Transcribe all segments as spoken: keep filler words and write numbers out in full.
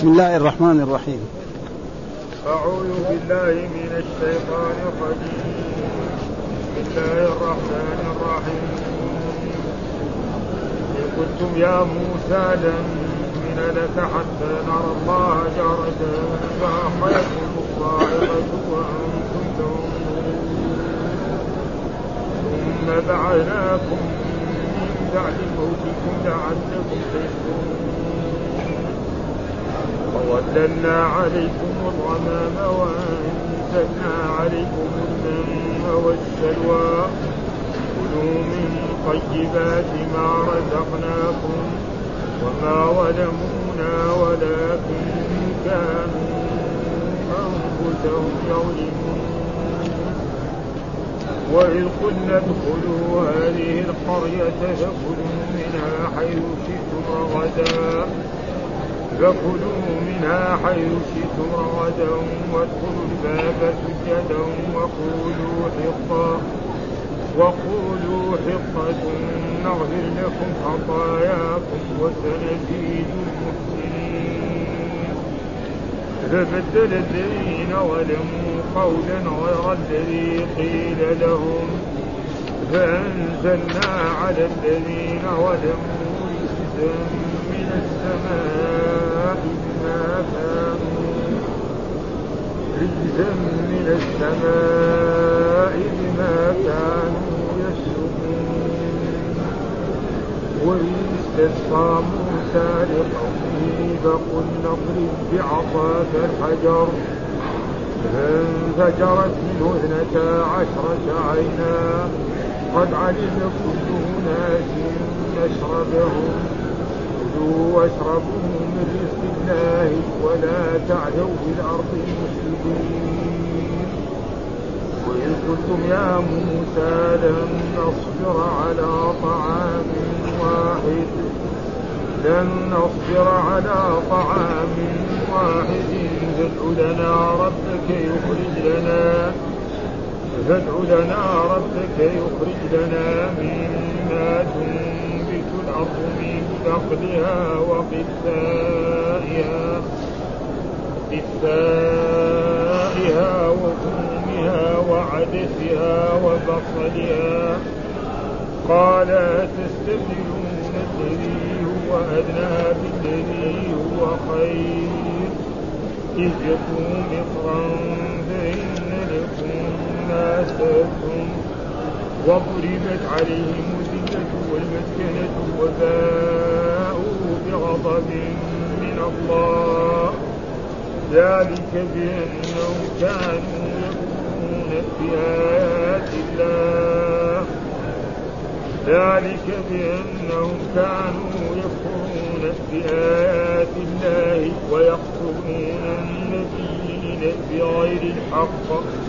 بسم الله الرحمن الرحيم. أعوذ بالله من الشيطان الرجيم. بسم الله الرحمن الرحيم. إن قلتم يا موسى لن نؤمن لك حتى نرى الله جهرة فأخذتكم الصاعقة وأنتم تنظرون ثم بعثناكم من بعد موتكم لعلكم تشكرون وظللنا عليكم الغمام وأنزلنا عليكم المن والسلوى كلوا من طيبات ما رزقناكم وما ظلمونا ولكن كانوا أنفسهم يظلمون وإذ قلنا ادخلوا هذه القرية فكلوا منها حيث شئتم رغدا فكلوا منها حيث شئتم رغدا وادخلوا الباب سجدا وقولوا حطة وقولوا حطة نغفر لكم خطاياكم وسنزيد المحسنين. فبدل الذين ظلموا قولا غير الذي قيل لهم فأنزلنا على الذين ظلموا رجزا من السماء بما كانوا رجزا من السماء بما كانوا يفسقون. وإذ استسقى موسى لقومه فقلنا اضرب بعصاك الحجر فانفجرت منه اثنتا عشرة عينا قد علم كل أناس مشربهم كلوا واشربوا من رزق الله ولا تعثوا في الأرض مفسدين. وإذ قلتم يا موسى لن نصبر على طعام واحد لن نصبر على طعام واحد فادع لنا ربك يخرج لنا فادع لنا ربك يخرج لنا مما تنبت الأرض من بقلها وقثائها قثائها وفومها وعدسها وبصلها قال تستبدلون الذي هو أدنى بالذي هو خير اهبطوا مصرا فإن لكم ما سألتم وضربت عليهم الذلة والمسكنة وباءوا بغضب من الله ذلك بأنهم كانوا يكفرون بآيات الله ذلك بأنهم كانوا يكفرون بآيات الله ويقتلون النبيين بغير الحق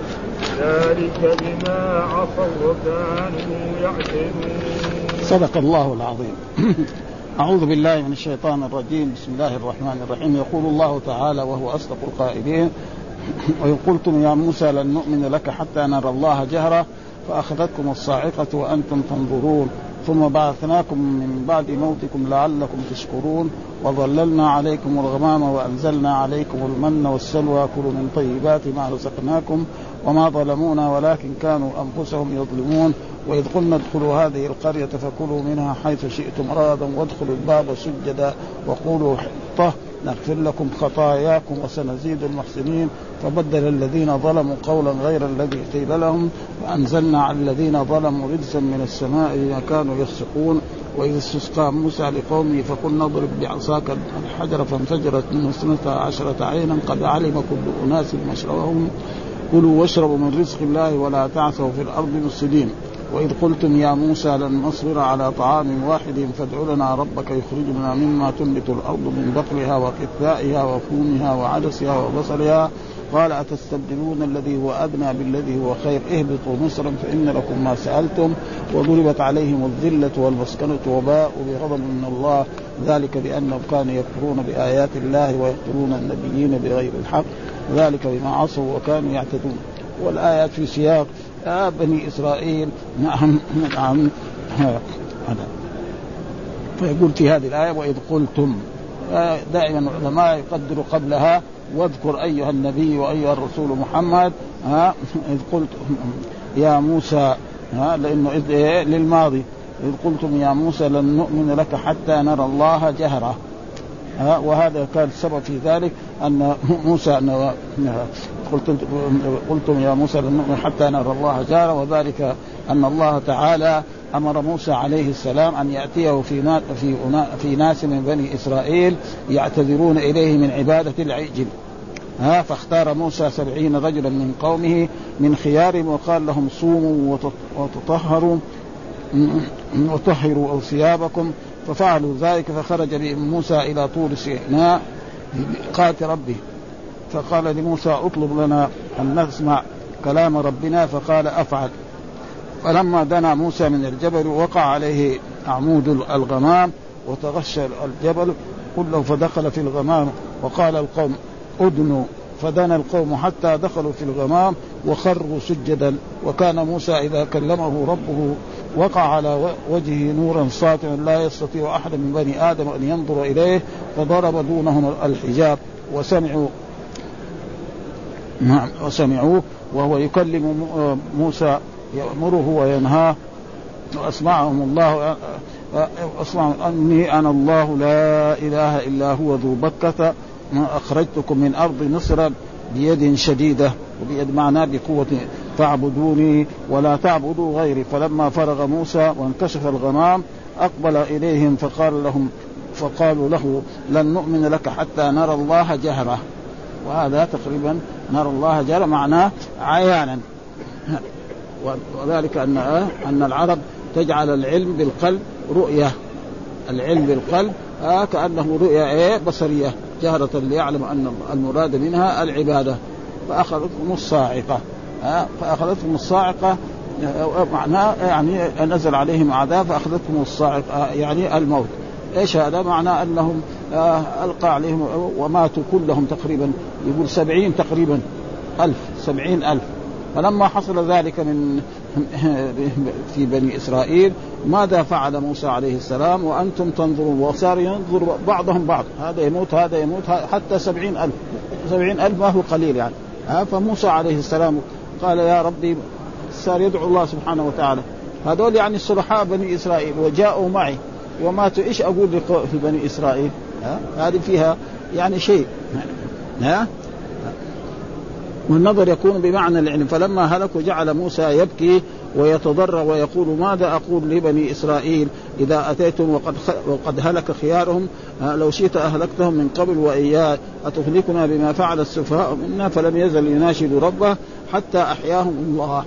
ذلك بما عصوا وكانوا يعتدون. صدق الله العظيم. أعوذ بالله من الشيطان الرجيم. بسم الله الرحمن الرحيم. يقول الله تعالى وهو أصدق القائلين وإن قلتم يا موسى لن نؤمن لك حتى نرى الله جهرة فأخذتكم الصاعقة وأنتم تنظرون ثم بعثناكم من بعد موتكم لعلكم تشكرون وظللنا عليكم الغمام وأنزلنا عليكم المن والسلوى كلوا من طيبات ما رزقناكم وما ظلمونا ولكن كانوا أنفسهم يظلمون. وإذ قلنا ادخلوا هذه القرية فكلوا منها حيث شئتم رغدا وادخلوا الباب سجدا وقولوا حطة نغفر لكم خطاياكم وسنزيد المحسنين. فبدل الذين ظلموا قولا غير الذي قيل لهم فأنزلنا على الذين ظلموا رجزا من السماء بما كانوا يفسقون. وإذ استسقى موسى لقومه فقلنا اضرب بعصاك الحجر فانفجرت منه اثنتا عشرة عينا قد علم كل أناس مشربهم كلوا واشربوا من رزق الله ولا تعثوا في الأرض مفسدين. وإذ قلتم يا موسى لن نصبر على طعام واحد فادع لنا ربك يخرج لنا مما تنبت الأرض من بقلها وقثائها وفومها وعدسها وبصلها قال أتستبدلون الذي هو أدنى بالذي هو خير اهبطوا مصرا فإن لكم ما سألتم وضربت عليهم الذلة والمسكنة وباءوا بغضب من الله ذلك بأنهم كانوا يكفرون بآيات الله ويقتلون النبيين بغير الحق ذلك بما عصوا وكانوا يعتدون. والآيات في سياق يا بني إسرائيل نعم نعم هذا. فيقول في هذه الآية وإذ قلتم دائما العلماء يقدروا قبلها واذكر أيها النبي وأيها الرسول محمد ها إذ قلت يا موسى ها لأنه للماضي إذ قلتم يا موسى لن نؤمن لك حتى نرى الله جهرة. وهذا كان السبب في ذلك أن موسى أن قلتم, قلتم يا موسى لن نؤمن حتى نرى الله جهرة، وذلك أن الله تعالى أمر موسى عليه السلام أن يأتيه في في في ناس من بني إسرائيل يعتذرون إليه من عبادة العجل. ها فاختار موسى سبعين رجلا من قومه من خيارهم وقال لهم صوموا وتطهروا وطهروا ثيابكم، ففعلوا ذلك. فخرج بهم موسى إلى طور سيناء لميقات ربه، فقال لموسى اطلب لنا أن نسمع كلام ربنا، فقال أفعل. فلما دنا موسى من الجبل وقع عليه عمود الغمام وتغشى الجبل كله فدخل في الغمام، وقال القوم أدنوا، فدنا القوم حتى دخلوا في الغمام وخروا سجدا. وكان موسى إذا كلمه ربه وقع على وجهه نورا ساطع لا يستطيع أحد من بني آدم أن ينظر إليه، فضرب دونهم الحجاب وسمعوا وسمعوه وهو يكلم موسى يأمره وينهاه. وأسمعهم الله أسمعهم أني أنا الله لا إله إلا هو ذو بكة أخرجتكم من أرض مصر بيد شديدة، وبيد معناه بقوة، فاعبدوني ولا تعبدوا غيري. فلما فرغ موسى وانكشف الغمام أقبل إليهم فقال لهم فقالوا له لن نؤمن لك حتى نرى الله جهرة. وهذا تقريبا نرى الله جهرة معناه عيانا، وذلك أن أن العرب تجعل العلم بالقلب رؤية، العلم بالقلب آه كأنه رؤية إيه بصرية جهرة ليعلم أن المراد منها العبادة. فأخذتهم الصاعقة آه فأخذتهم الصاعقة معناه يعني نزل عليهم عذاب فأخذتهم الصاعقة يعني الموت. إيش هذا؟ معناه أنهم آه ألقى عليهم وماتوا كلهم تقريبا، يقول سبعين تقريبا ألف سبعين ألف. فلما حصل ذلك من في بني إسرائيل ماذا فعل موسى عليه السلام وأنتم تنظرون؟ وصار ينظر بعضهم بعض، هذا يموت هذا يموت حتى سبعين ألف سبعين ألف ما هو قليل يعني. فموسى عليه السلام قال يا ربي، صار يدعو الله سبحانه وتعالى هذول يعني الصلحاء بني إسرائيل وجاءوا معي وماتوا، إيش أقول في بني إسرائيل؟ هذه فيها يعني شيء ها والنظر يكون بمعنى العلم. فلما هلكوا جعل موسى يبكي ويتضرع ويقول ماذا أقول لبني إسرائيل إذا أتيتم وقد, وقد هلك خيارهم؟ لو شئت أهلكتهم من قبل وإياه، أتهلكنا بما فعل السفهاء منا؟ فلم يزل يناشد ربه حتى أحياهم الله.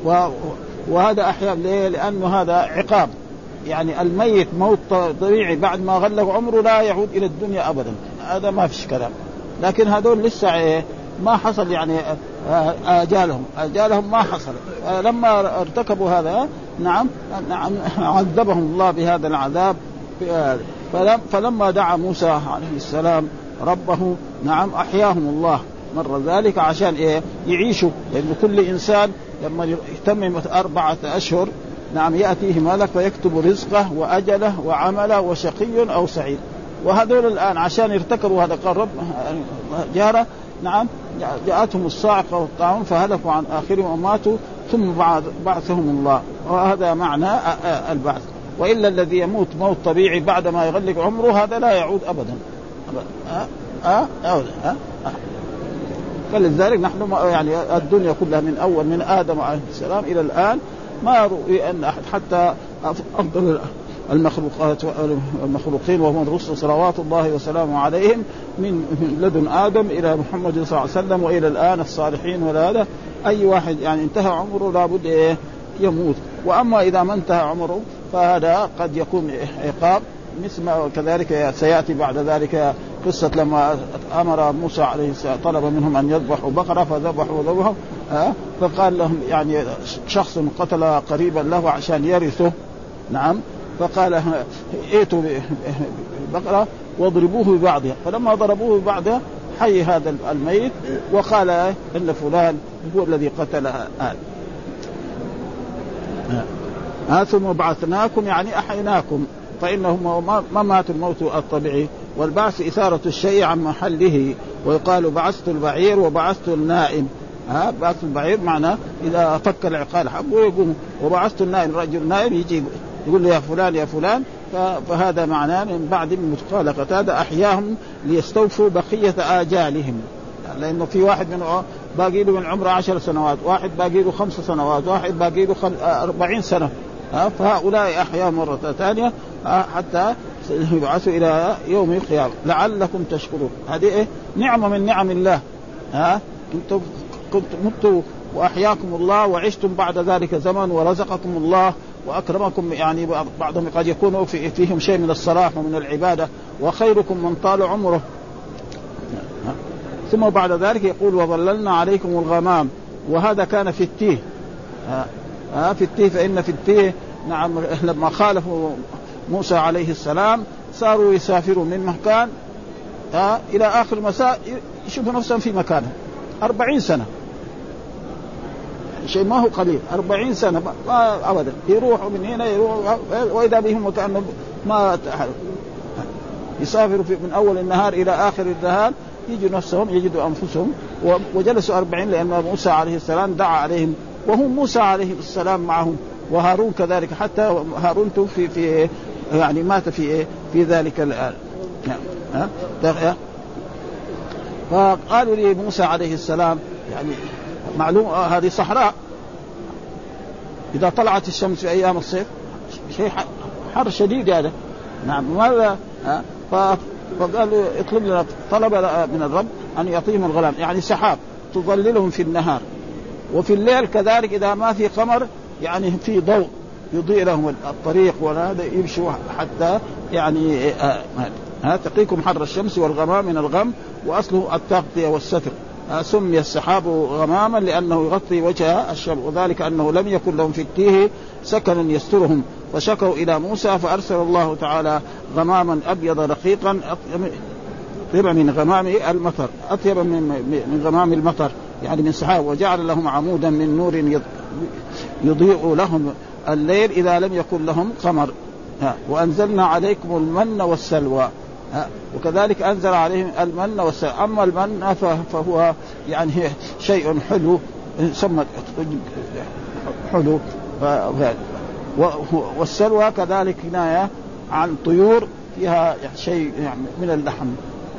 وهذا أحيا ليه؟ لأنه هذا عقاب، يعني الميت موت طبيعي بعد ما غلق عمره لا يعود إلى الدنيا أبدا، هذا ما فيش كلام. لكن هذول لسه إيه ما حصل يعني آجالهم آجالهم ما حصل. لما ارتكبوا هذا نعم نعم عذبهم الله بهذا العذاب. فلما دعا موسى عليه السلام ربه نعم أحياهم الله مرة ذلك عشان إيه يعيشوا، لأن كل إنسان لما يتمم أربعة أشهر نعم يأتيه ملك فيكتب رزقه وأجله وعمله وشقي أو سعيد. وهذول الآن عشان يرتكبوا هذا قال رب جاره نعم جاءتهم الصاعقة والطاعون فهلكوا عن آخرهم وماتوا ثم بعثهم الله. وهذا معنى البعث. وإلا الذي يموت موت طبيعي بعد ما يغلق عمره هذا لا يعود أبدا. أه؟ أه؟ أه؟ فلذلك نحن يعني الدنيا كلها من أول من آدم عليه السلام إلى الآن ما رؤي أن أحد حتى أفضل المخلوقات المخلوقين وهم الرسل صلوات الله وسلامه عليهم من لدن آدم إلى محمد صلى الله عليه وسلم وإلى الآن الصالحين ولا هذا أي واحد يعني انتهى عمره لابد إيه يموت. وأما إذا ما انتهى عمره فهذا قد يكون عقاب مثل ما كذلك سيأتي بعد ذلك قصة لما أمر موسى عليه السلام طلب منهم أن يذبحوا بقرة فذبحوا وذبحوا أه؟ فقال لهم يعني شخص قتل قريبا له عشان يرثه نعم، فقال ائتوا ببقرة واضربوه ببعضها. فلما ضربوه ببعضها حي هذا الميت وقال إن فلان هو الذي قتلها آل. آه ثم بعثناكم يعني أحيناكم، فإنهم ما ماتوا الموت الطبيعي والبعث إثارة الشيء عن محله، ويقال بعثت البعير وبعثت النائم. ها بعث البعير معناه إذا فك العقال حقه يقوم، وبعثت النائم رجل نائم يجي يقول له يا فلان يا فلان. فهذا معناه من بعد من قال قتادة أحياهم ليستوفوا بقية آجالهم، لأنه في واحد من باقي له من عمره عشر سنوات، واحد باقي له خمس سنوات، واحد باقي له أربعين سنة، فهؤلاء أحياء مرة ثانية حتى يبعثوا إلى يوم القيامة لعلكم تشكرون. هذه إيه؟ نعمة من نعم الله. ها كنتم كنتم متوا وأحياكم الله وعشتم بعد ذلك زمن ورزقكم الله وأكرمكم، يعني بعضهم قد يكونوا في فيهم شيء من الصلاح ومن العبادة، وخيركم من طال عمره. ثم بعد ذلك يقول وظللنا عليكم الغمام، وهذا كان في التيه. ها في التيه، فإن في التيه نعم لما خالفوا موسى عليه السلام صاروا يسافروا من مكان إلى آخر مساء يشوفوا نفسهم في مكانه أربعين سنة، شيء ما هو قليل، أربعين سنة ما أبدا يروحوا من هنا يروحوا، وإذا بهم كأنه ما يسافروا من أول النهار إلى آخر النهار، يجوا نفسهم يجدوا أنفسهم. وجلسوا أربعين لأن موسى عليه السلام دعا عليهم، وهم موسى عليه السلام معهم، وهارون كذلك، حتى هارون في في يعني مات في في ذلك الآن. فقالوا لي موسى عليه السلام يعني معلوم هذه صحراء إذا طلعت الشمس في أيام الصيف شيء حر شديد هذا. نعم ماذا؟ فقالوا اطلب لنا، طلب من الرب أن يعطيهم الغلام، يعني سحاب تظللهم في النهار، وفي الليل كذلك إذا ما في قمر يعني في ضوء يضيء لهم الطريق، وهذا يمشوا حتى يعني ها تقيكم حر الشمس والغمام من الغم، وأصله التغطية والستر. سمي السحاب غماما لأنه يغطي وجه الشمس، وذلك أنه لم يكن لهم في التيه سكن يسترهم، فشكوا إلى موسى فأرسل الله تعالى غماما أبيض رقيقا أطيب من غمام المطر، أطيب من من غمام المطر يعني من سحاب، وجعل لهم عمودا من نور يضيء لهم الليل إذا لم يكن لهم قمر. وأنزلنا عليكم المن والسلوى، وكذلك أنزل عليهم المن والسلوى. أما المن فهو يعني شيء حلو سمى حلو، والسلوى كذلك كناية عن طيور فيها شيء يعني من اللحم.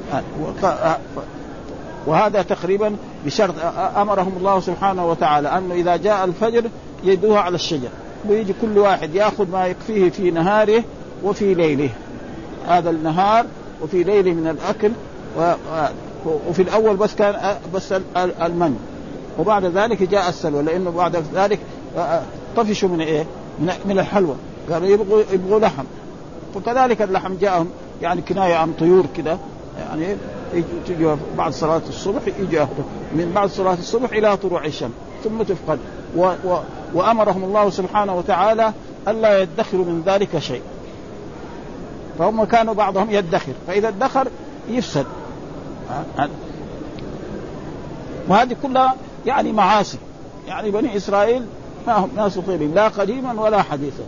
وهذا تقريبا بشرط أمرهم الله سبحانه وتعالى أنه إذا جاء الفجر يدوها على الشجر، ويجي كل واحد يأخذ ما يكفيه في نهاره وفي ليله، هذا النهار وفي ليله من الأكل. وفي الأول بس كان بس المن، وبعد ذلك جاء السلوى، لأنه بعد ذلك طفشوا من إيه من الحلوى، قالوا يبغوا يبغوا لحم، وكذلك اللحم جاءهم يعني كناية عن طيور كده، يعني يجوا بعد صلاة الصبح يجوا من بعد صلاة الصبح إلى طلوع الشمس ثم تفقد. و و وأمرهم الله سبحانه وتعالى ألا يدخروا من ذلك شيء، فهم كانوا بعضهم يدخر، فإذا ادخر يفسد. وهذه كلها يعني معاصي، يعني بني إسرائيل ما هم ناس طيبين لا قديما ولا حديثا.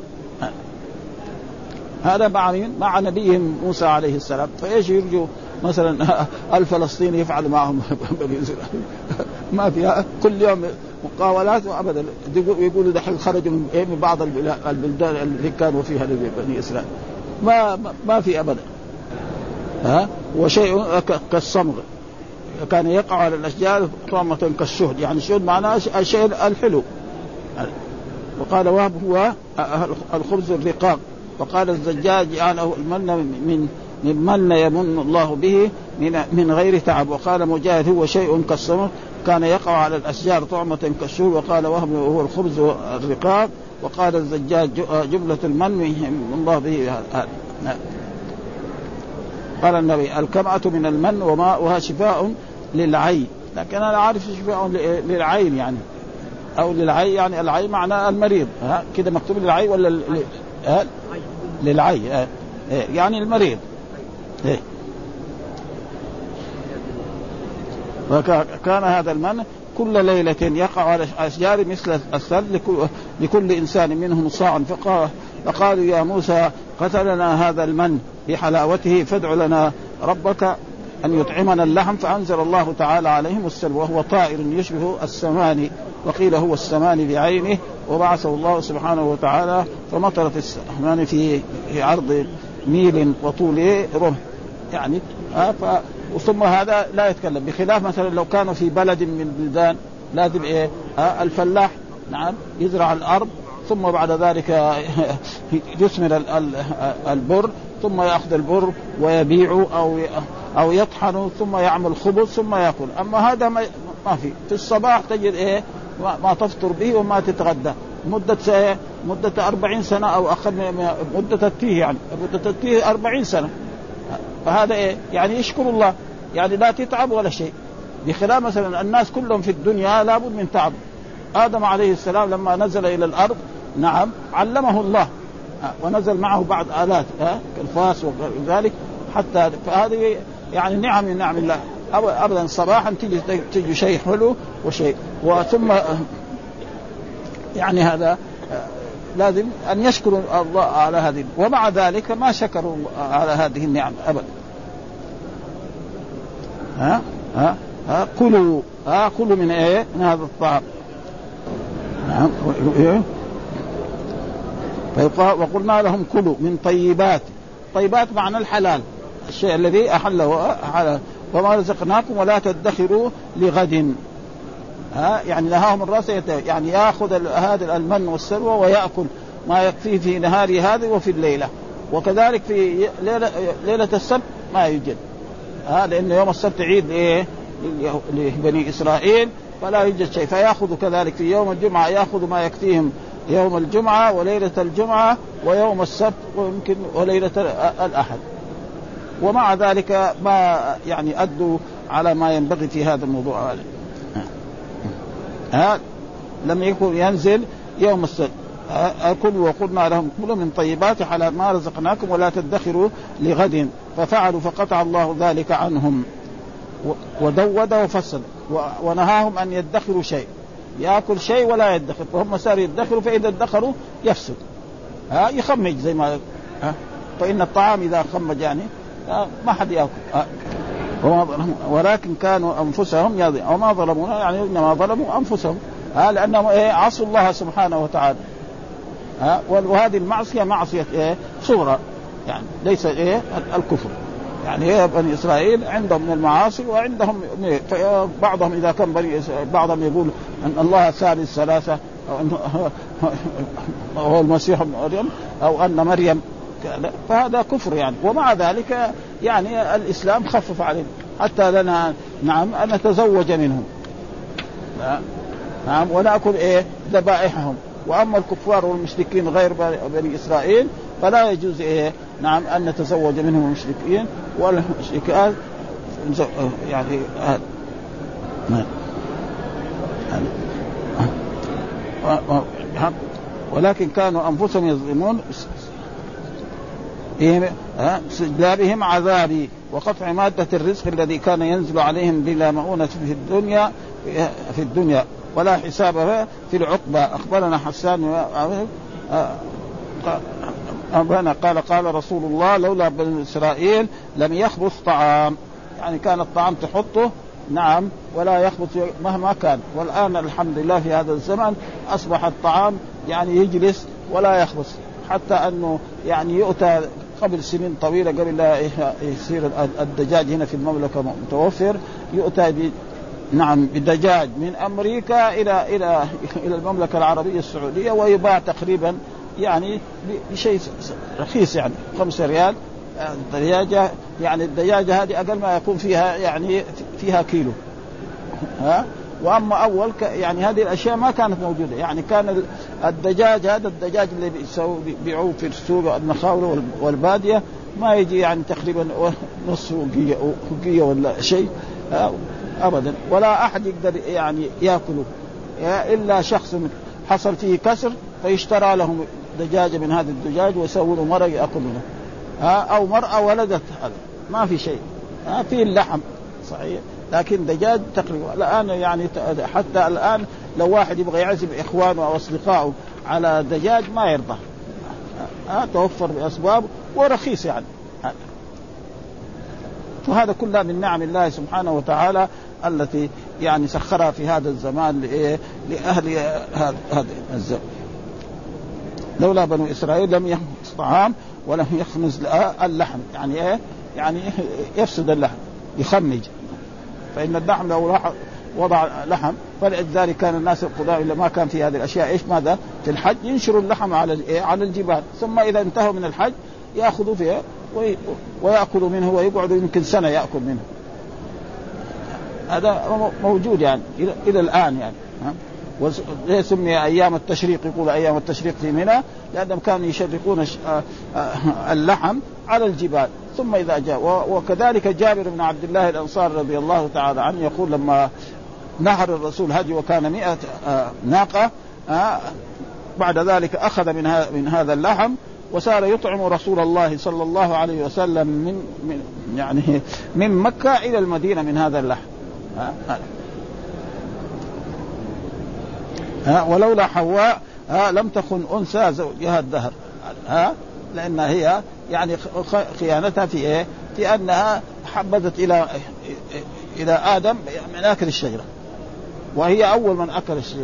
هذا مع مع نبيهم موسى عليه السلام، فإيش يرجو مثلا الفلسطيني يفعل معهم ما فيها كل يوم مقاولات وأبدا. يقولوا دحين خرجوا من بعض البلدان اللي كانوا فيها بني إسرائيل، ما ما في أبدا. ها وشيء كالصمغ كان يقع على الأشجار طعمة كالشهد، يعني الشهد معناه الشيء الحلو. وقال وهب هو الخبز الرقاق. وقال الزجاج يعني المن من ممن يمن الله به من من غير تعب. وقال مجاهد هو شيء كالصمغ كان يقع على الأشجار طعمة كالشهد. وقال وهب هو الخبز الرقاق. وقال الزجاج جملة المن من الله به. قال النبي الكمعة من المن وماؤها شفاء للعين، لكن أنا عارف شفاء للعين يعني أو للعين، يعني العين معناه المريض، ها كده مكتوب للعين ولا ل... ها؟ للعين ها؟ يعني المريض. وكان هذا المن كل ليلة يقع على أشجار مثل الثلج لكل إنسان منهم صاع. فقالوا يا موسى قتلنا هذا المن بحلاوته فادع لنا ربك أن يطعمنا اللحم، فأنزل الله تعالى عليهم السلوى، وهو طائر يشبه السماني، وقيل هو السماني بعينه، وبعثه الله سبحانه وتعالى فمطرت السماني في عرض ميل وطول رمح يعني. ف... ثم هذا لا يتكلم، بخلاف مثلا لو كانوا في بلد من البلدان لازم إيه الفلاح نعم يزرع الأرض، ثم بعد ذلك يثمر البر، ثم يأخذ البر ويبيعه أو أو يطحنه، ثم يعمل خبز ثم يأكل. أما هذا ما في، في الصباح تجد إيه ما تفطر به وما تتغدى مدة سنة، مدة أربعين سنة أو أقل من مدة التيه، يعني مدة التيه أربعين سنة. فهذا إيه يعني يشكر الله، يعني لا تتعب ولا شيء، بخلاف مثلا الناس كلهم في الدنيا لابد من تعب. آدم عليه السلام لما نزل إلى الأرض نعم علمه الله، ونزل معه بعض آلات كالفاس وذلك حتى، فهذه يعني نعم من نعم الله. أبدا صباحا تيجي تيجي شيء حلو وشيء، وثم يعني هذا لازم أن يشكروا الله على هذه، ومع ذلك ما شكروا على هذه النعم أبدا. ها ها ها كلوا ها كلوا من إيه من هذا الطعام. نعم وقلنا لهم كلوا من طيبات، طيبات معنى الحلال، الشيء الذي أحله حلال، وما رزقناكم ولا تدخروا لغد. ها يعني نهاهم الرأس يعني يأخذ هذا المن والسلوى ويأكل ما يكفيه في نهار هذه وفي الليلة، وكذلك في ليلة, ليلة السبت ما يوجد، ها لأن يوم السبت عيد إيه لبني إسرائيل فلا يوجد شيء، فيأخذ كذلك في يوم الجمعة يأخذ ما يكفيهم يوم الجمعة وليلة الجمعة ويوم السبت ويمكن وليلة الأحد. ومع ذلك ما يعني أدوا على ما ينبغي في هذا الموضوع هذا. ها لم يكن ينزل يوم السبت أكل، وقلنا لهم كلوا من طيبات على ما رزقناكم ولا تدخروا لغد، ففعلوا فقطع الله ذلك عنهم ودود وفصل، ونهاهم أن يدخروا شيء، يأكل شيء ولا يدخر، فهم صاروا يدخروا، فإذا ادخروا يفسد ها يخمج زي ما ها، فإن الطعام إذا خمج يعني ما حد يأكل. ولكن كانوا أنفسهم يضيع، وما ظلمونا يعني إنما ظلموا أنفسهم ها لأنهم إيه عصوا الله سبحانه وتعالى. ها وهذه المعصية معصية إيه صغرى يعني ليس إيه الكفر، يعني إيه بني إسرائيل عندهم من المعاصي وعندهم بعضهم إذا كان بني بعضهم يقول أن الله ثالث ثلاثة أو أنه هو المسيح ابن مريم أو أن مريم، فهذا كفر يعني. ومع ذلك يعني الإسلام خفف علينا حتى لنا نعم أن نتزوج منهم نعم ونأكل إيه ذبائحهم. وأما الكفار والمشركين غير بني إسرائيل فلا يجوز إيه نعم أن نتزوج منهم المشركين والمشركات يعني نعم. ولكن كانوا أنفسهم يظلمون استجلابهم عذابي وقطع مادة الرزق الذي كان ينزل عليهم بلا مؤونة في الدنيا في الدنيا ولا حساب في العقبة. أخبرنا حسان أبانا قال قال رسول الله لولا بني إسرائيل لم يخبث طعام، يعني كان الطعام تحطه نعم ولا يخبث مهما كان. والآن الحمد لله في هذا الزمن أصبح الطعام يعني يجلس ولا يخبث، حتى أنه يعني يؤتى قبل سنين طويلة قبل لا يصير الدجاج هنا في المملكة متوفر، يؤتى ب نعم بدجاج من أمريكا إلى إلى إلى المملكة العربية السعودية ويباع تقريبا يعني بشيء رخيص يعني خمسة ريال الدجاجة، يعني الدجاجة هذه أقل ما يكون فيها يعني فيها كيلو ها. وأما أول يعني هذه الأشياء ما كانت موجودة، يعني كان الدجاج هذا الدجاج اللي بيبيعوه في السوق النخاول والبادية ما يجي يعني تقريبا نص وقية ولا شيء أبدا، ولا أحد يقدر يعني يأكله إلا شخص حصل فيه كسر فيشترى لهم دجاجة من هذا الدجاج ويسووا له مرق يأكل منه، أو مرأة ولدت هذا ما في شيء فيه اللحم صحيح، لكن دجاج تقريبا الآن يعني حتى الآن لو واحد يبغى يعزم إخوانه أو أصدقائه على دجاج ما يرضى، توفر بأسباب ورخيص يعني. فهذا كلها من نعم الله سبحانه وتعالى التي يعني سخرها في هذا الزمان لأهل هذا هذا الزمان. لولا بنو إسرائيل لم يخبز طعام ولم يخبز اللحم، يعني إيه؟ يعني يفسد اللحم، يخمج. فإن اللحم لو وضع لحم، فلذلك كان الناس القدامى إلا ما كان في هذه الأشياء إيش ماذا في الحج ينشروا اللحم على على الجبال، ثم إذا انتهوا من الحج يأخذوا فيها ويأكلوا منه ويقعدوا يمكن سنة يأكل منه. هذا موجود يعني إلى الآن يعني. وسمي أيام التشريق، يقول أيام التشريق في منى لأنهم كانوا يشرقون اللحم على الجبال. ثم إذا جاء، وكذلك جابر بن عبد الله الأنصاري رضي الله تعالى عنه يقول لما نهر الرسول هدي وكان مئة ناقة، بعد ذلك أخذ من هذا اللحم وصار يطعم رسول الله صلى الله عليه وسلم من, من يعني من مكة إلى المدينة من هذا اللحم. ها ولولا حواء ها لم تكن أنثى زوجها الدهر، ها لأن هي يعني خيانتها في إيه؟ في أنها حبذت إلى إلى آدم من أكل الشجرة، وهي أول من أكل الشجرة.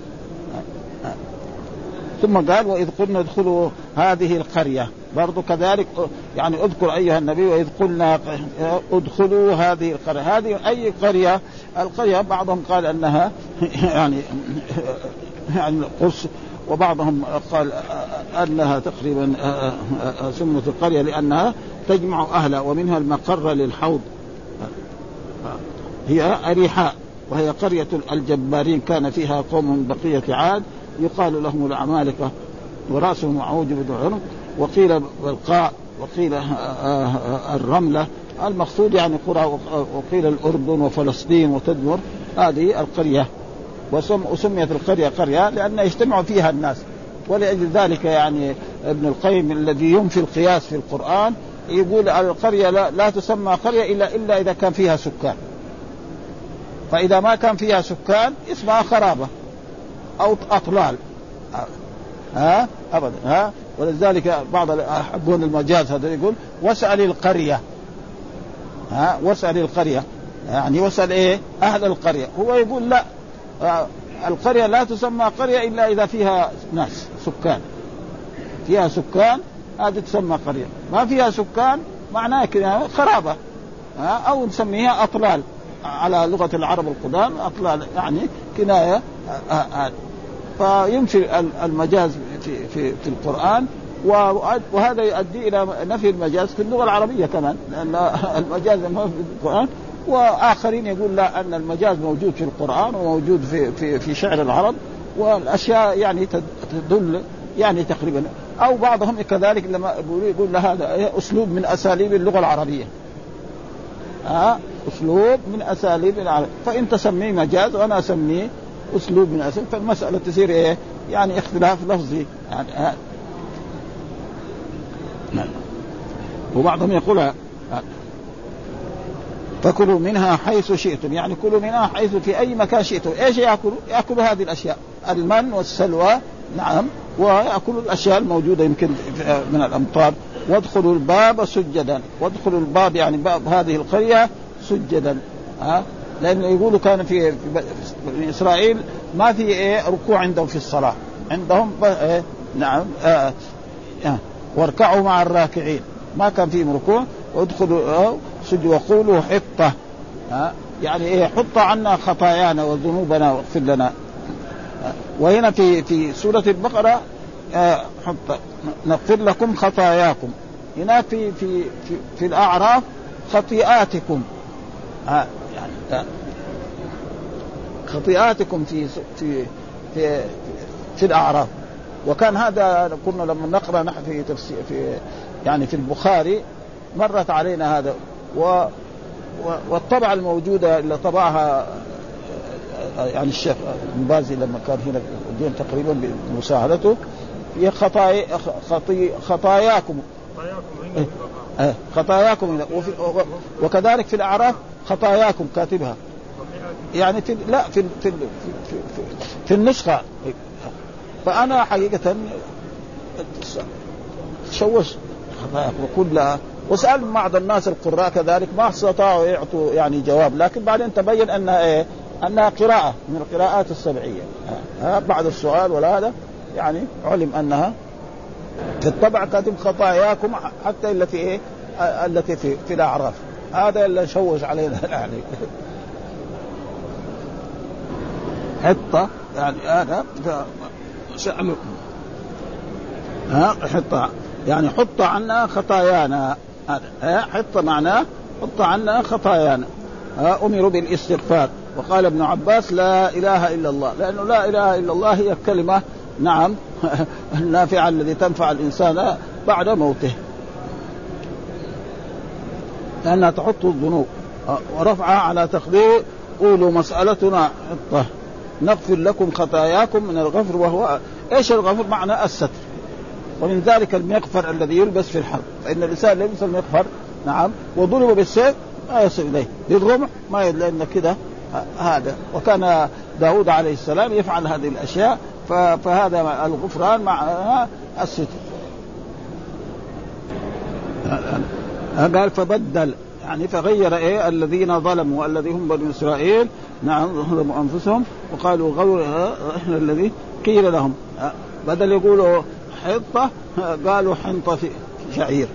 ثم قال وإذ قلنا ادخلوا هذه القرية، برضو كذلك يعني اذكر أيها النبي وإذ قلنا ادخلوا هذه القرية. هذه أي قرية؟ القرية بعضهم قال أنها يعني يعني قرص، وبعضهم قال أنها تقريبا سمت القرية لأنها تجمع أهلها، ومنها المقر للحوض هي أريحاء، وهي قرية الجبارين كان فيها قوم من بقية عاد يقال لهم العمالقة ورأسهم عوج بن عنق، وقيل القاء وقيل الرملة، المقصود يعني قرى، وقيل الأردن وفلسطين وتدمر. هذه القرية وسميت القرية قرية لأن يجتمع فيها الناس. ولأجل ذلك يعني ابن القيم الذي ينفي القياس في القرآن يقول القرية لا, لا تسمى قرية إلا, إلا إذا كان فيها سكان، فإذا ما كان فيها سكان اسمها خرابة أو أطلال، ها أبدا. ها ولذلك بعض يحبون المجاز هذا يقول واسأل القرية، ها واسأل القرية يعني واسأل إيه أهل القرية. هو يقول لا، القرية لا تسمى قرية إلا إذا فيها ناس سكان، فيها سكان هذه تسمى قرية، ما فيها سكان معناه كده خرابة، أو نسميها أطلال على لغة العرب القدام، أطلال يعني كناية. فينفي المجاز في, في, في القرآن، وهذا يؤدي إلى نفي المجاز في اللغة العربية كمان، لأن المجاز ما في القرآن. وآخرين يقول لا، أن المجاز موجود في القرآن وموجود في, في, في شعر العرب، والأشياء يعني تدل يعني تقريبا. أو بعضهم كذلك لما يقول هذا أسلوب من أساليب اللغة العربية، ها أسلوب من أساليب العربية، فإن تسميه مجاز وأنا أسميه أسلوب من أساليب، فالمسألة تصير إيه يعني اختلاف لفظي يعني. ها وبعضهم يقولها فكلوا منها حيث شئتم، يعني كلوا منها حيث في أي مكان شئتم. إيش يأكلوا؟ يأكلوا هذه الأشياء، المن والسلوى، نعم، ويأكلوا الأشياء الموجودة يمكن من الأمطار. وادخلوا الباب سجدا، وادخلوا الباب يعني باب هذه القرية سجدا، ها لأنه يقولوا كان في في إسرائيل ما في إيه ركوع عندهم في الصلاة، عندهم إيه نعم آه آه واركعوا مع الراكعين، ما كان فيهم ركوع. وادخلوا آه سجد وقولوا حطة، ها يعني إيه حط عنا خطايانا وذنوبنا واغفر لنا. وهنا في في سورة البقرة آه حط نغفر لكم خطاياكم، هنا في في في, في الأعراف خطيئاتكم، آه يعني آه خطيئاتكم في في في في الأعراف. وكان هذا كنا لما نقرأ نحن في تفسير في يعني في البخاري مرت علينا هذا. و والطبعة الموجودة اللي طبعها يعني الشيخ المبازي لما كان هنا الدين تقريبا بمساعدته هي خطايا خطي خطاياكم خطاياكم وفي وكذلك في الأعراف خطاياكم كاتبها يعني في لا في في في, في, في النسخة. فأنا حقيقة تشوش خطاياكم وكلها وسأل بعض الناس القراء كذلك ما استطاعوا يعطوا يعني جواب، لكن بعدين تبين أنها إيه؟ أنها قراءة من القراءات السبعية. ها بعد السؤال ولا هذا يعني علم أنها تتبع كاتب خطاياكم حتى التي إيه التي في, في الأعراف. هذا اللي شوش علينا يعني حطة يعني هذا شأنه ها حطة يعني حط عنا خطايانا. هذا حطة معناه حط عنا خطايانا. أمروا بالاستغفار. وقال ابن عباس لا إله إلا الله، لأنه لا إله إلا الله هي كلمة نعم النافعة الذي تنفع الإنسان بعد موته، لأنها تحط الذنوب. ورفعها على تقدير قولوا مسألتنا حطة نغفر لكم خطاياكم من الغفر. وهو إيش الغفر؟ معنى الستر. ومن ذلك المغفر الذي يلبس في الحرب، فإن الإنسان يلبس المغفر نعم وضرب بالسيف ما يصل إليه، بالرمح ما يدل إن كده هذا. وكان داود عليه السلام يفعل هذه الأشياء، فهذا الغفران مع الستر. قال فبدل يعني فغير إيه الذين ظلموا الذي هم بني إسرائيل نعم ظلموا أنفسهم وقالوا غير إحنا الذي قيل لهم، بدل يقولوا حنطة قالوا حنطة في شعير.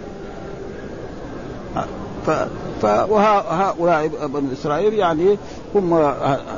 فهؤلاء بني إسرائيل يعني هم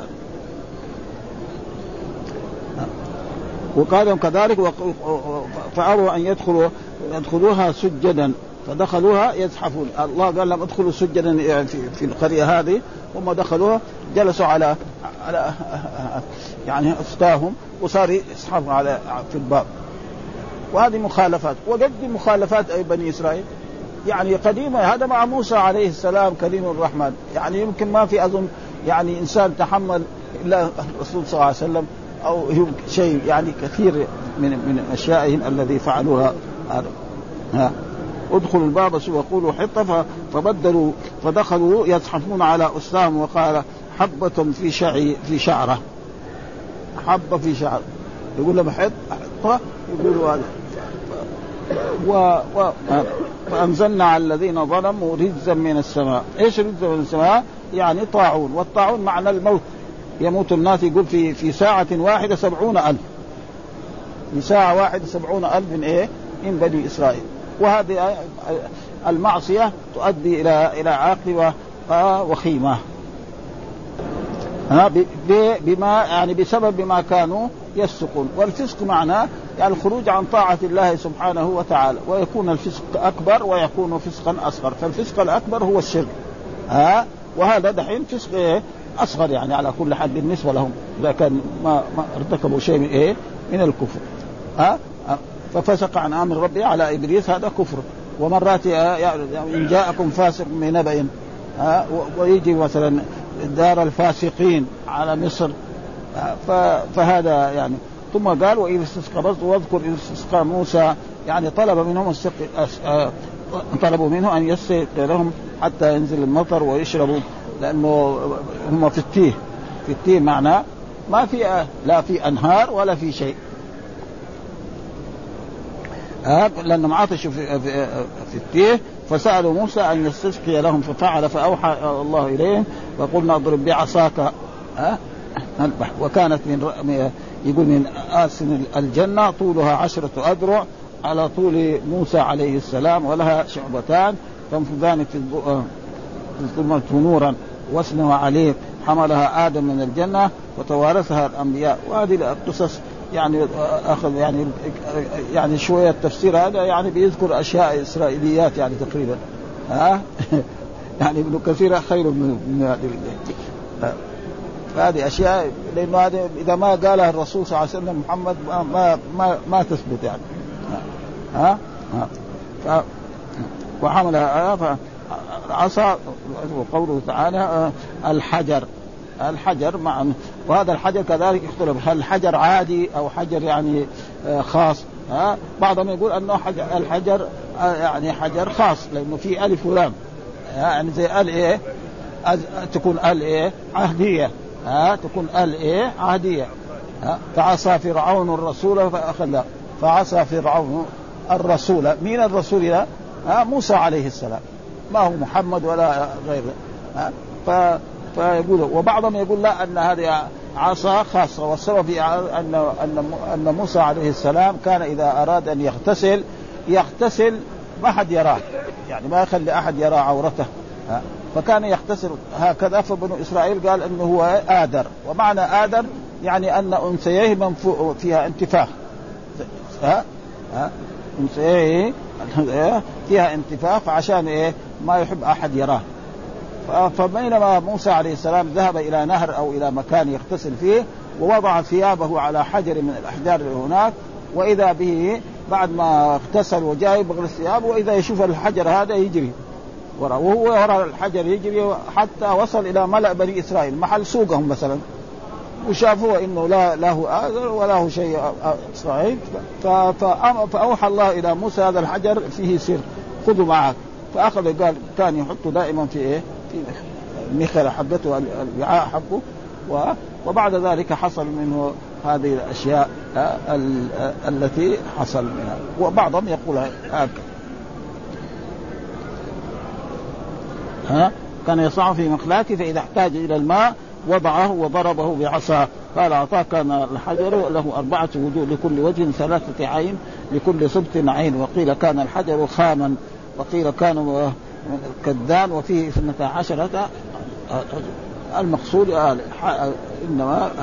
وقالوا كذلك فأروا أن يدخلوا يدخلوها سجدا فدخلوها يزحفون. الله قال لهم ادخلوا سجدا يعني في, في القرية هذه، هم دخلوها جلسوا على على يعني أسطاهم وصار يزحفوا على في الباب. وهذه مخالفات وجد مخالفات أي بني إسرائيل يعني قديمة. هذا مع موسى عليه السلام كريم الرحمن، يعني يمكن ما في أظن يعني إنسان تحمل إلا الرسول صلى الله عليه وسلم أو شيء يعني كثير من من أشيائهم الذي فعلوها. هذا ها ادخلوا الباب وقولوا حطة فبدلوا فدخلوا يزحفون على أسلام وقال حبة في شعي في شعره حبة في شعره يقول لهم حط حطة يقولوا هذا و... و... فأنزلنا على الذين ظلموا رجزا من السماء. إيش رجزا من السماء؟ يعني طاعون. والطاعون معنى الموت، يموت الناس يقول في في ساعة واحدة سبعون ألف، في ساعة واحدة سبعون ألف من إيه من بني إسرائيل. وهذه المعصية تؤدي إلى إلى عاقبة وخيمة بما يعني بسبب ما كانوا يفسقون. والفسق معناه يعني الخروج عن طاعة الله سبحانه وتعالى، ويكون الفسق أكبر ويكون فسقا أصغر. فالفسق الأكبر هو الشرك ها، وهذا دحين فسق إيه أصغر يعني على كل حد بالنسبة لهم إذا كان ما, ما ارتكبوا شيء من إيه من الكفر ها. ففسق عن أمر ربه على إبليس هذا كفر. ومرات يعني إن جاءكم فاسق بنبأ ها ويجي مثلا دار الفاسقين على مصر فهذا يعني. ثم قال وإذا استسقى واذكر إذا استسقى موسى يعني طلب منهم طلبوا منه أن يسقي لهم حتى ينزل المطر ويشربوا، لأنه هم في التيه في التيه معناه ما في لا في أنهار ولا في شيء لأنهم عطشوا في, في, في التيه. فسألوا موسى أن يستسقي لهم ففعل فأوحى الله إليهم وقلنا اضرب بعصاك البحر. وكانت من يقول من آسن الجنة طولها عشرة أذرع على طول موسى عليه السلام، ولها شعبتان تنفذان في الظلمة نورا واسمها عليه حملها آدم من الجنة وتوارثها الأنبياء. وهذه القصص يعني أخذ يعني يعني شوية تفسير هذا يعني بيذكر أشياء إسرائيليات يعني تقريبا ها يعني ابن كثير خير من هذه هذه أشياء، لأنه هذا إذا ما قالها الرسول صلى الله عليه وسلم محمد ما ما ما تثبت يعني ها ها. وحملها عصا وقوله تعالى الحجر الحجر مع. وهذا الحجر كذلك يختلف هل حجر عادي أو حجر يعني خاص ها. بعضهم يقول أنه حجر الحجر يعني حجر خاص لأنه في ألف ولام يعني زي ال إيه تكون ال إيه عهدية ها تكون ال إيه عهدية ها. فعصى فرعون الرسول فأخذ فعصى فرعون الرسول. مين الرسول ده؟ ها موسى عليه السلام، ما هو محمد ولا غيره. ها ف فيقول وبعضهم يقول لا أن هذه عصا خاصة، والسبب في أن أن أن موسى عليه السلام كان إذا أراد أن يغتسل يغتسل ما حد يراه، يعني ما يخلي أحد يرى عورته، فكان يغتسل هكذا. فبنو إسرائيل قال أنه هو آدر، ومعنى آدر يعني أن أنثيه منفوخ فيها انتفاخ، ها ها أنثيه فيها انتفاخ عشان إيه ما يحب أحد يراه. فبينما موسى عليه السلام ذهب إلى نهر أو إلى مكان يغتسل فيه ووضع ثيابه على حجر من الأحجار اللي هناك، وإذا به بعد ما اغتسل وجاء يبغل الثياب وإذا يشوف الحجر هذا يجري وراء، وهو وراء الحجر يجري حتى وصل إلى ملأ بني إسرائيل محل سوقهم مثلا، وشافوا إنه لا له آذر ولا هو شيء صحيح. فأوحى الله إلى موسى هذا الحجر فيه سر خذوا معك، فأخذ قال كان يحطه دائما في إيه في مخلة حبته الوعاء حقه، وبعد ذلك حصل منه هذه الأشياء التي حصل منها. وبعضهم يقول هكذا ها كان يصنع في مخلاته فإذا احتاج إلى الماء وضعه وضربه بعصا. قال عطاء كان الحجر له أربعة وجوه لكل وجه ثلاثة عين لكل سبط عين، وقيل كان الحجر خاما، وقيل كان كدان، وفيه اثنتا عشرة. المقصود إنما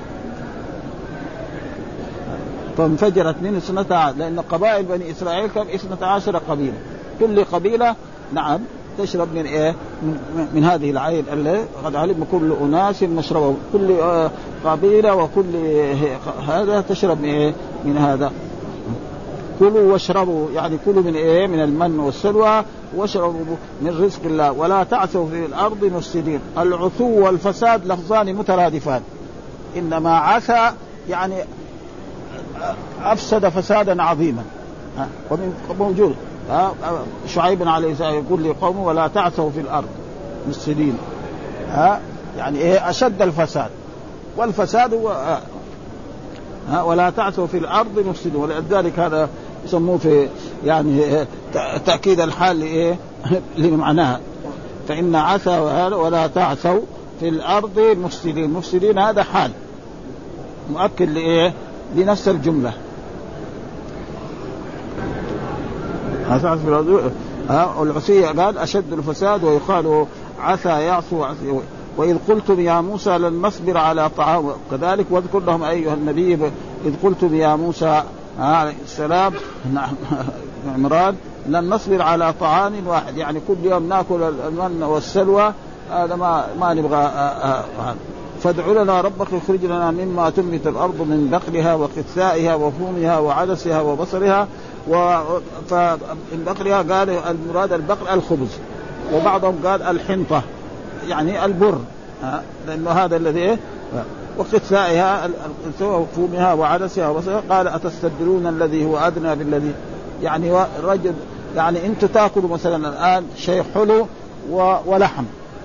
فانفجرت منه اثنتا، لأن قبائل بني إسرائيل كم اثنتا عشرة قبيلة، كل قبيلة نعم تشرب من إيه من, من هذه العين اللي قد علم كل أناس مشربه، كل قبيلة وكل هذا تشرب من إيه من هذا. كلوا واشربوا يعني كلوا من إيه من المن والسلوى واشربوا من رزق الله ولا تعثوا في الأرض مفسدين. العثو والفساد لفظان مترادفان، إنما عثى يعني أفسد فسادا عظيما، ومن موجود شعيب عليه السلام يقول لقومه ولا تعثوا في الأرض مفسدين، ها يعني إيه أشد الفساد، والفساد هو ها ولا تعثوا في الأرض مفسدين. ولذلك هذا يسموه في يعني تأكيد الحال لإيه لمعناها، فإن عثى ولا تعثوا في الأرض مفسدين. مفسدين هذا حال مؤكد لإيه لنفس الجملة. العصي قال أشد الفساد، ويقال عثى يعثو. وإذ قلتم يا موسى لن نصبر على طعام، كذلك واذكر لهم أيها النبي إذ قلتم يا موسى عليه السلام عمران لن نصبر على طعام واحد، يعني كل يوم ناكل المن والسلوى، هذا ما ما نبغى. فادع لنا ربك يخرج لنا مما تنبت الأرض من بقلها وقثائها وفومها وعدسها وبصرها. فالبقلها قال المراد البقل الخبز، وبعضهم قال الحنطة يعني البر، لأنه هذا الذي وقثائها وفومها وعدسها وبصرها. قال أتستبدلون الذي هو أدنى بالذي، يعني رجل يعني أنتم تأكلوا مثلا الآن شيء حلو ولحم،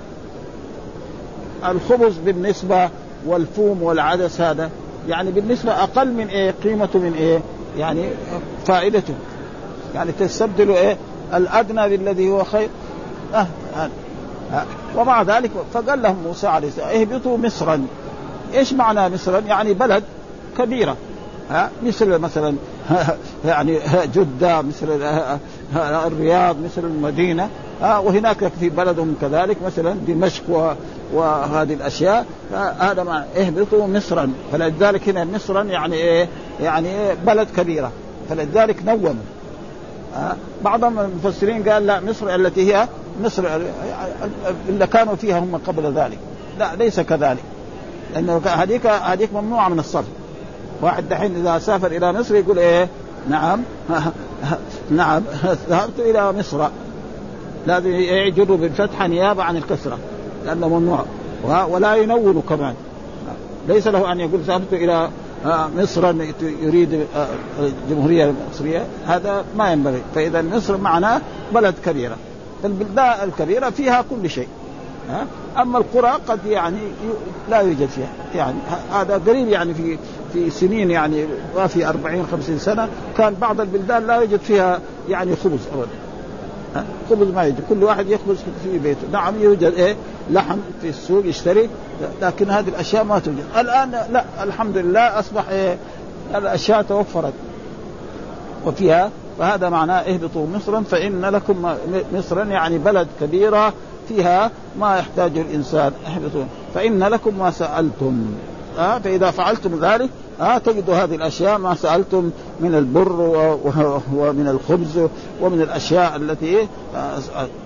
الخبز بالنسبة والفوم والعدس هذا يعني بالنسبة أقل من إيه قيمته من إيه يعني فائدته، يعني تستبدلوا إيه الأدنى بالذي هو خير. أه أه أه. ومع ذلك فقال لهم موسى عليه السلام اهبطوا مصرا. إيش معنى مصرا؟ يعني بلد كبيرة، ها مثل مثلا يعني جدة، مثل الرياض، مثل المدينة، ها وهناك في بلدهم كذلك مثلا دمشق وهذه الأشياء. هذا مع اهبطوا مصرا، فلذلك هنا مصرا يعني إيه يعني إيه بلد كبيرة، فلذلك نوموا. بعض المفسرين قال لا مصر التي هي مصر اللي كانوا فيها هم قبل ذلك، لا ليس كذلك، لأنه هذيك هذيك ممنوعة من الصرف. واحد دحين إذا سافر إلى مصر يقول إيه نعم نعم ذهبت إلى مصر، لازم يجروا بالفتحة نيابة عن الكسرة لأنه ممنوع، ولا ينون كمان، ليس له أن يقول ذهبت إلى مصر يريد الجمهورية المصرية، هذا ما ينبغي. فإذا مصر معناه بلد كبيرة، البلدان الكبيرة فيها كل شيء، أما القرى قد يعني لا يوجد فيها، يعني هذا قريب يعني في في سنين يعني في أربعين خمسين سنة كان بعض البلدان لا يوجد فيها يعني خبز أبدا، خبز ما يوجد، كل واحد يخبز في بيته. نعم يوجد إيه لحم في السوق يشتري، لكن هذه الأشياء ما توجد الآن. لا الحمد لله أصبح إيه الأشياء توفرت وفيها. فهذا معناه اهبطوا مصرا فإن لكم مصرا، يعني بلد كبيرة فيها ما يحتاج الإنسان. اهبطوا فإن لكم ما سألتم. آه فإذا فعلتم ذلك آه تجدوا هذه الأشياء ما سألتم من البر ومن الخبز ومن الأشياء التي آه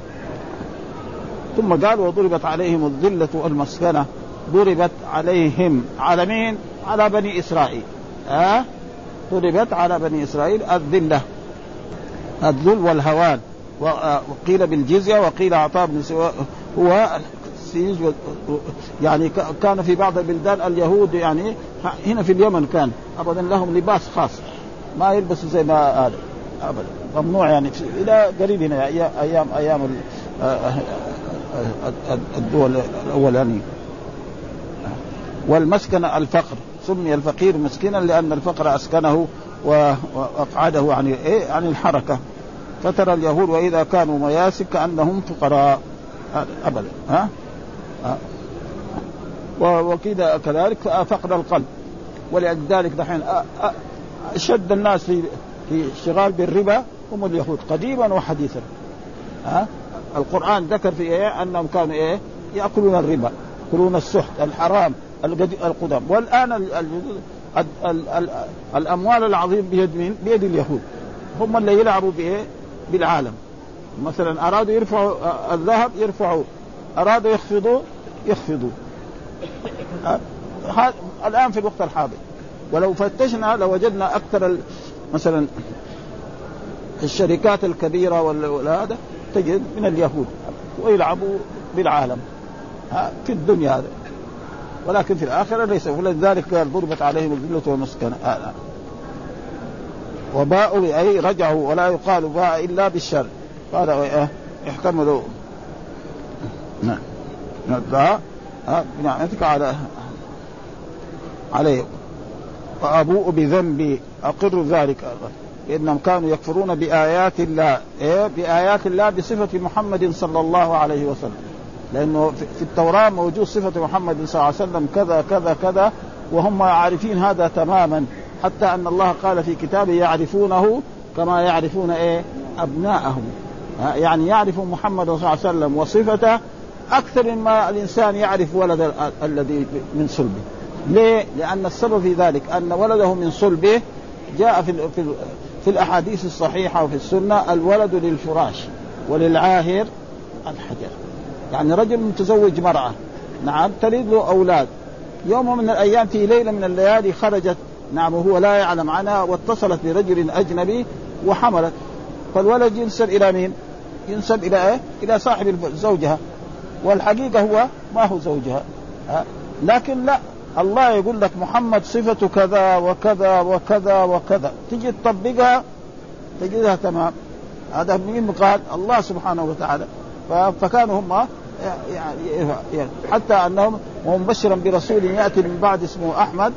ثم قال وضربت عليهم الذلة والمسكنة. ضربت عليهم على مين؟ على بني إسرائيل. آه ضربت على بني إسرائيل الذلة، الذل والهوان، وقيل بالجزية وقيل عطاء بن سواء هو يعني كان في بعض البلدان اليهود، يعني هنا في اليمن كان أبدا لهم لباس خاص ما يلبسوا زي ما هذا أبدا، ممنوع يعني إلى قريب هنا أيام أيام الدول الأولانية. والمسكن الفقر، سمي الفقير مسكنا لأن الفقر أسكنه وأقعده عن إيه عن الحركة. فترى اليهود وإذا كانوا مياسك كأنهم فقراء أبدا. ها وكذا كذلك فقر القلب. ولذلك دحين أشد الناس في في اشتغال بالربا هم اليهود قديما وحديثا. ها القرآن ذكر في إيه أنهم كانوا إيه يأكلون الربا، يأكلون السحت الحرام القدام. والآن ال ال ال ال الأموال العظيم بيد مين؟ بيد اليهود. هم اللي يلعبوا بإيه بالعالم. مثلا أرادوا يرفعوا الذهب يرفعوا، أرادوا يخفضوا يخفضوا. الآن في الوقت الحاضر ولو فتشنا لوجدنا أكثر مثلا الشركات الكبيرة وهذا تجد من اليهود ويلعبوا بالعالم في الدنيا هذا، ولكن في الآخرة ليس. ولذلك قال ضربت عليهم الذلة والمسكنة. آه. وباءوا أي رجعوا، ولا يقال باء إلا بالشر. هذا احتملوا نعم نعم نعمتك على عليه وأبوء بذنبي أقر ذلك، إنهم كانوا يكفرون بآيات الله. إيه بآيات الله بصفة محمد صلى الله عليه وسلم، لأنه في التوراة موجود صفة محمد صلى الله عليه وسلم كذا كذا كذا، وهم عارفين هذا تماما، حتى أن الله قال في كتابه يعرفونه كما يعرفون إيه أبناءهم. يعني يعرف محمد صلى الله عليه وسلم وصفته أكثر مما الإنسان يعرف ولد الذي من صلبه. ليه؟ لأن السبب في ذلك أن ولده من صلبه جاء في في في الأحاديث الصحيحة وفي السنة الولد للفراش وللعاهر الحجر. يعني رجل متزوج مرأة نعم تريد له أولاد، يوم من الأيام في ليلة من الليالي خرجت نعم وهو لا يعلم عنها واتصلت برجل أجنبي وحملت، فالولد ينسب إلى مين؟ ينسب إلى إيه؟ إلى صاحب زوجها، والحقيقة هو ما هو زوجها. ها؟ لكن لا، الله يقول لك محمد صفته كذا وكذا وكذا وكذا، تجي تطبقها تجدها تمام. هذا مين قال؟ الله سبحانه وتعالى. فكانوا هم يعني حتى أنهم ومبشرا برسول يأتي من بعد اسمه أحمد،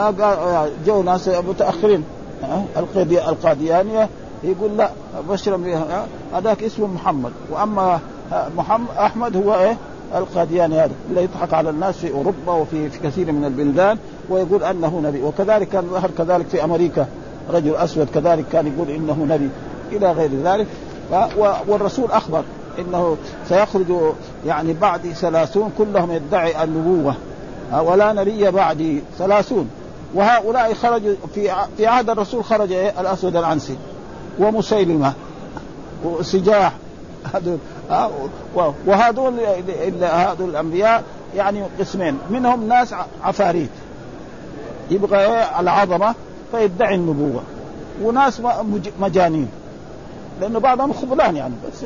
جو ناس متأخرين القاديانية يقول لا بشرا بها هذاك اسمه محمد، وأما محمد أحمد هو إيه القادياني هذا اللي يضحك على الناس في أوروبا وفي في كثير من البلدان ويقول أنه نبي. وكذلك كان ظهر كذلك في أمريكا رجل أسود كذلك كان يقول إنه نبي إلى غير ذلك. والرسول أخبر إنه سيخرج يعني بعد ثلاثون كلهم يدعي النبوة ولا نبي بعدي ثلاثون، وهؤلاء خرجوا في في عهد الرسول خرج الأسود العنسي ومسيلمة وسجاح هذول، وهذول هذول الأنبياء يعني قسمين، منهم ناس عفاريت يبغى العظمة فيدعي النبوة، وناس مجانين لأنه بعضهم خبلان يعني بس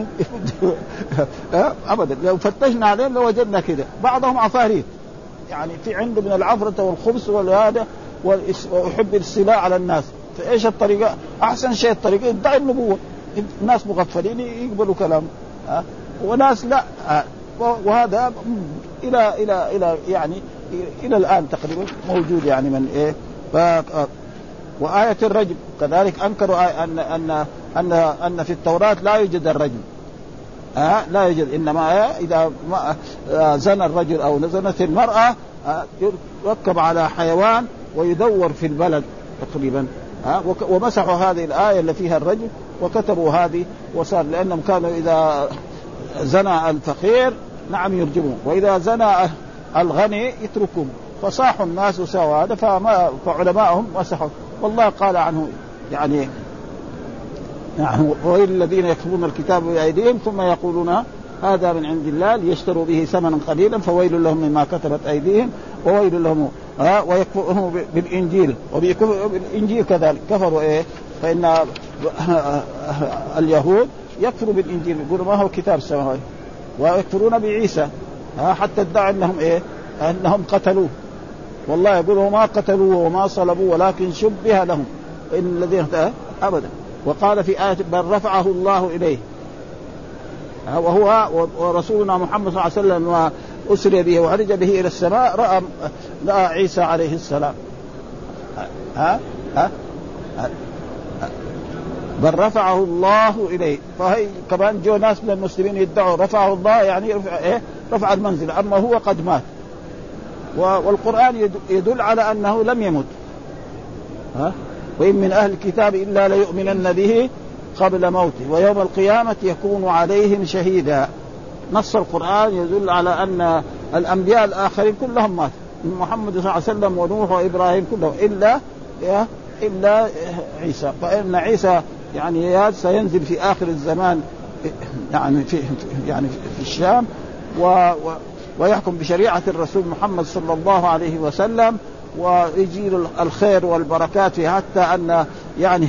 أبدا. لو فتشنا عليهم لو وجدنا كده بعضهم عفاريت يعني في عنده من العفرة والخبث والهذا ويحب الصلاة على الناس. فإيش الطريقة؟ أحسن شيء الطريقة يدعي النبوة، الناس مغفلين يقبلوا كلامه أه؟ وناس لا أه؟ وهذا إلى إلى إلى يعني إلى الآن تقريبا موجود يعني من إيه. ف... وآية الرجم كذلك أنكروا آية أن أن أن أن في التوراة لا يوجد الرجل، ها آه لا يوجد، إنما إذا ما زنى الرجل أو زنت المرأة آه يركب على حيوان ويدور في البلد تقريبا، ها آه ومسحوا هذه الآية اللي فيها الرجل وكتبوا هذه، وصار لأنهم كانوا إذا زنى الفقير نعم يرجمون، وإذا زنى الغني يتركون، فصاحوا الناس وسووا هذا، فما فعلماءهم مسحوا. والله قال عنه يعني نعم وإلى الذين يكتبون الكتاب بأيديهم ثم يقولون هذا من عند الله ليشتروا به ثمنا قليلا فويل لهم مما كتبت أيديهم وويل لهم ها ويكفروا بالإنجيل وبيكفروا بالإنجيل كذلك كفروا إيه، فإن اليهود يكفروا بالإنجيل يقولوا ما هو كتاب السماوي، ويكفرون بعيسى ها حتى ادعوا أنهم إيه أنهم قتلوه، والله يقولوا ما قتلوه وما صلبوه ولكن شبه لهم إن الذين أبدا. وقال في آية بل رفعه الله إليه، وهو ورسولنا محمد صلى الله عليه وسلم وأسري به وعرج به إلى السماء رأى, رأى عيسى عليه السلام، ها ها بل رفعه الله إليه. فهي كمان جو ناس من المسلمين يدعوا رفعه الله يعني رفع, إيه؟ رفع المنزل، أما هو قد مات، والقرآن يدل على أنه لم يمت، ها وإن من أهل الكتاب إلا ليؤمنن به قبل موته ويوم القيامة يكون عليهم شهيدا. نص القرآن يدل على أن الأنبياء الآخرين كلهم مات، محمد صلى الله عليه وسلم ونوح وإبراهيم كلهم إلا إلا عيسى، فإن عيسى يعني سينزل في آخر الزمان يعني في يعني في الشام و ويحكم بشريعة الرسول محمد صلى الله عليه وسلم، ويجيل الخير والبركات فيه، حتى أن يعني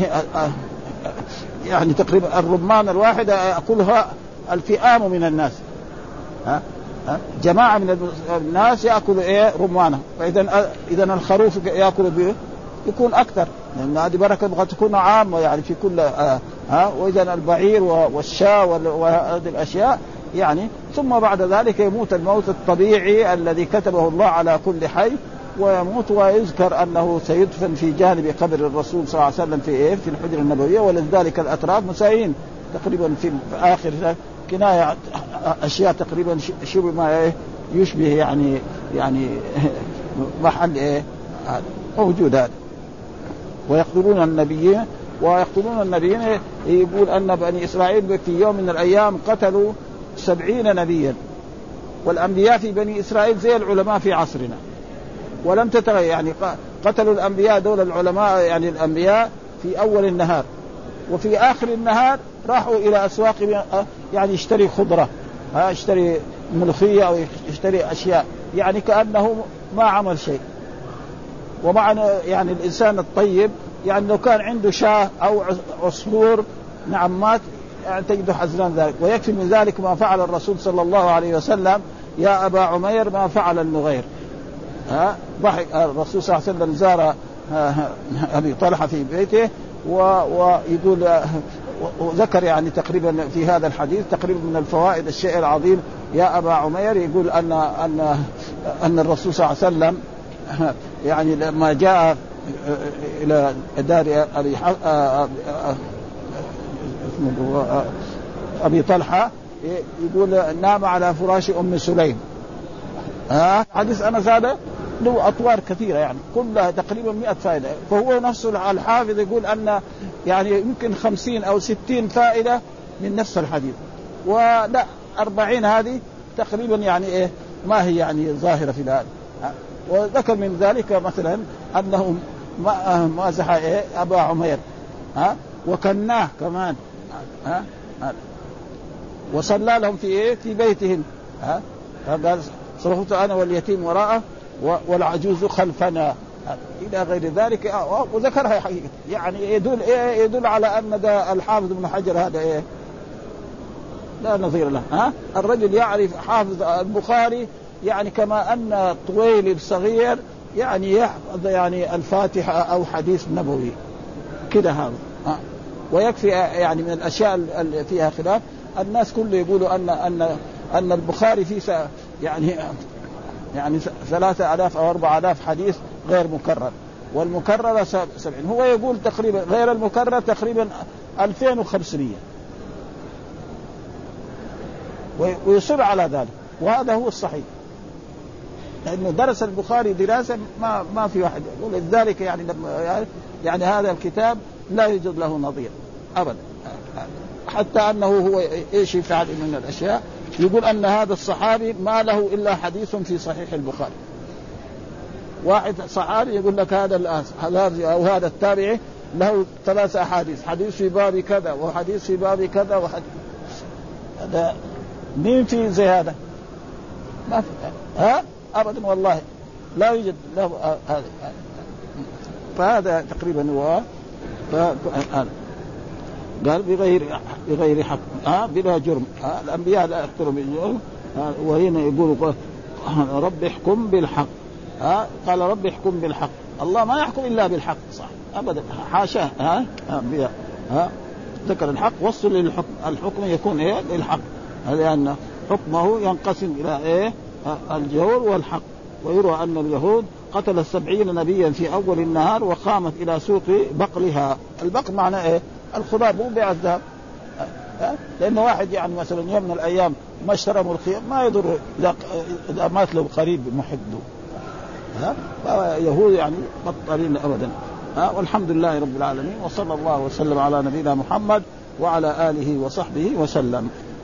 يعني تقريبا الرمان الواحدة يأكلها الفئام من الناس، ها جماعة من الناس يأكلوا إيه رمانة، فإذا إذا الخروف يأكل به يكون أكثر، لأن هذه بركة قد تكون عامة يعني في كل آه ها وإذا البعير والشاة وهذه الأشياء يعني. ثم بعد ذلك يموت الموت الطبيعي الذي كتبه الله على كل حي ويموت، ويذكر أنه سيدفن في جانب قبر الرسول صلى الله عليه وسلم في إيه في الحجرة النبوية، ولذلك الأتراك مسايين تقريبا في آخر كناية أشياء تقريبا شبه ما إيه يشبه يعني يعني محل إيه موجودات. ويقتلون النبيين ويقتلون النبيين يقول أن بني إسرائيل في يوم من الأيام قتلوا سبعين نبيا، والأنبياء في بني إسرائيل زي العلماء في عصرنا ولم تتغير، يعني قتلوا الأنبياء دول العلماء يعني الأنبياء في أول النهار، وفي آخر النهار راحوا إلى أسواق يعني يشتري خضرة ها يشتري ملوخية أو يشتري أشياء يعني كأنه ما عمل شيء. ومعنى يعني الإنسان الطيب يعني لو كان عنده شاه أو عصفور نعم مات يعني تجد حزنان ذلك. ويكفي من ذلك ما فعل الرسول صلى الله عليه وسلم يا أبا عمير ما فعل النغير، ها ضحك الرسول صلى الله عليه وسلم زار أبي طلحة في بيته ويقول وذكر يعني تقريبا في هذا الحديث تقريبا من الفوائد الشيء العظيم يا أبا عمير، يقول أن أن أن الرسول صلى الله عليه وسلم يعني لما جاء إلى دار أبي أبي طلحة يقول نام على فراش أم سليم، ها حديث أنس هذا له أطوار كثيرة يعني كلها تقريبا مئة فائدة، فهو نفسه الحافظ يقول أن يعني يمكن خمسين أو ستين فائدة من نفس الحديث، ولا أربعين هذه تقريبا يعني إيه ما هي يعني ظاهرة في هذا. وذكر من ذلك مثلا أنه مازح إيه أبا عمير ها وكناه كمان ها وصلى لهم في إيه في بيتهم ها قال صرفت أنا واليتيم وراءه والعجوز خلفنا إلى غير ذلك، وذكرها حقيقة يعني يدل إيه يدل على أن ده الحافظ ابن حجر هذا إيه لا نظير له، ها الرجل يعرف حافظ البخاري يعني كما أن طويل الصغير يعني يحفظ يعني الفاتحة أو حديث نبوي كده هذا. ها ويكفي يعني من الأشياء اللي فيها خلاف الناس كله يقولوا أن أن أن البخاري فيه يعني يعني ثلاثة آلاف أو أربعة آلاف حديث غير مكرر، والمكرر سبعين، هو يقول تقريبا غير المكرر تقريبا ألفين وخمسمائة ويصر على ذلك، وهذا هو الصحيح، لأنه درس البخاري دراسة ما ما في واحد يقول. لذلك يعني يعني هذا الكتاب لا يوجد له نظير أبدا، حتى أنه هو إيش يفعل من الأشياء، يقول أن هذا الصحابي ما له إلا حديث في صحيح البخاري. واحد صحابي يقول لك هذا هذا أو هذا التابعي له ثلاث أحاديث، حديث في باب كذا وحديث في باب كذا وحديث. هذا مين في زي هذا؟ ما في ها أبدا والله لا يوجد له هذا. فهذا تقريبا هو قال بغير بغير حق ها بلا جرم. ها الأنبياء لا يقتلوا بالجرم. وهنا يقول رب احكم بالحق. ها قال رب احكم بالحق. الله ما يحكم إلا بالحق صح أبدا حاشاه. ها أنبياء ها ذكر الحق وصل للحكم. الحكم يكون إيه للحق، لأن حكمه ينقسم إلى إيه الجور والحق. ويروى أن اليهود قتل السبعين نبيا في أول النهار وقامت إلى سوق بقلها. البقل معناه إيه؟ الخضار مو بيع الذهب. لأنه واحد يعني مثلا يوم من الأيام ما اشترى ملخيا ما يضر إذا إذا مات له قريب محب له. ها يهود يعني بطلين أبدا. ها والحمد لله رب العالمين، وصلى الله وسلم على نبينا محمد وعلى آله وصحبه وسلم.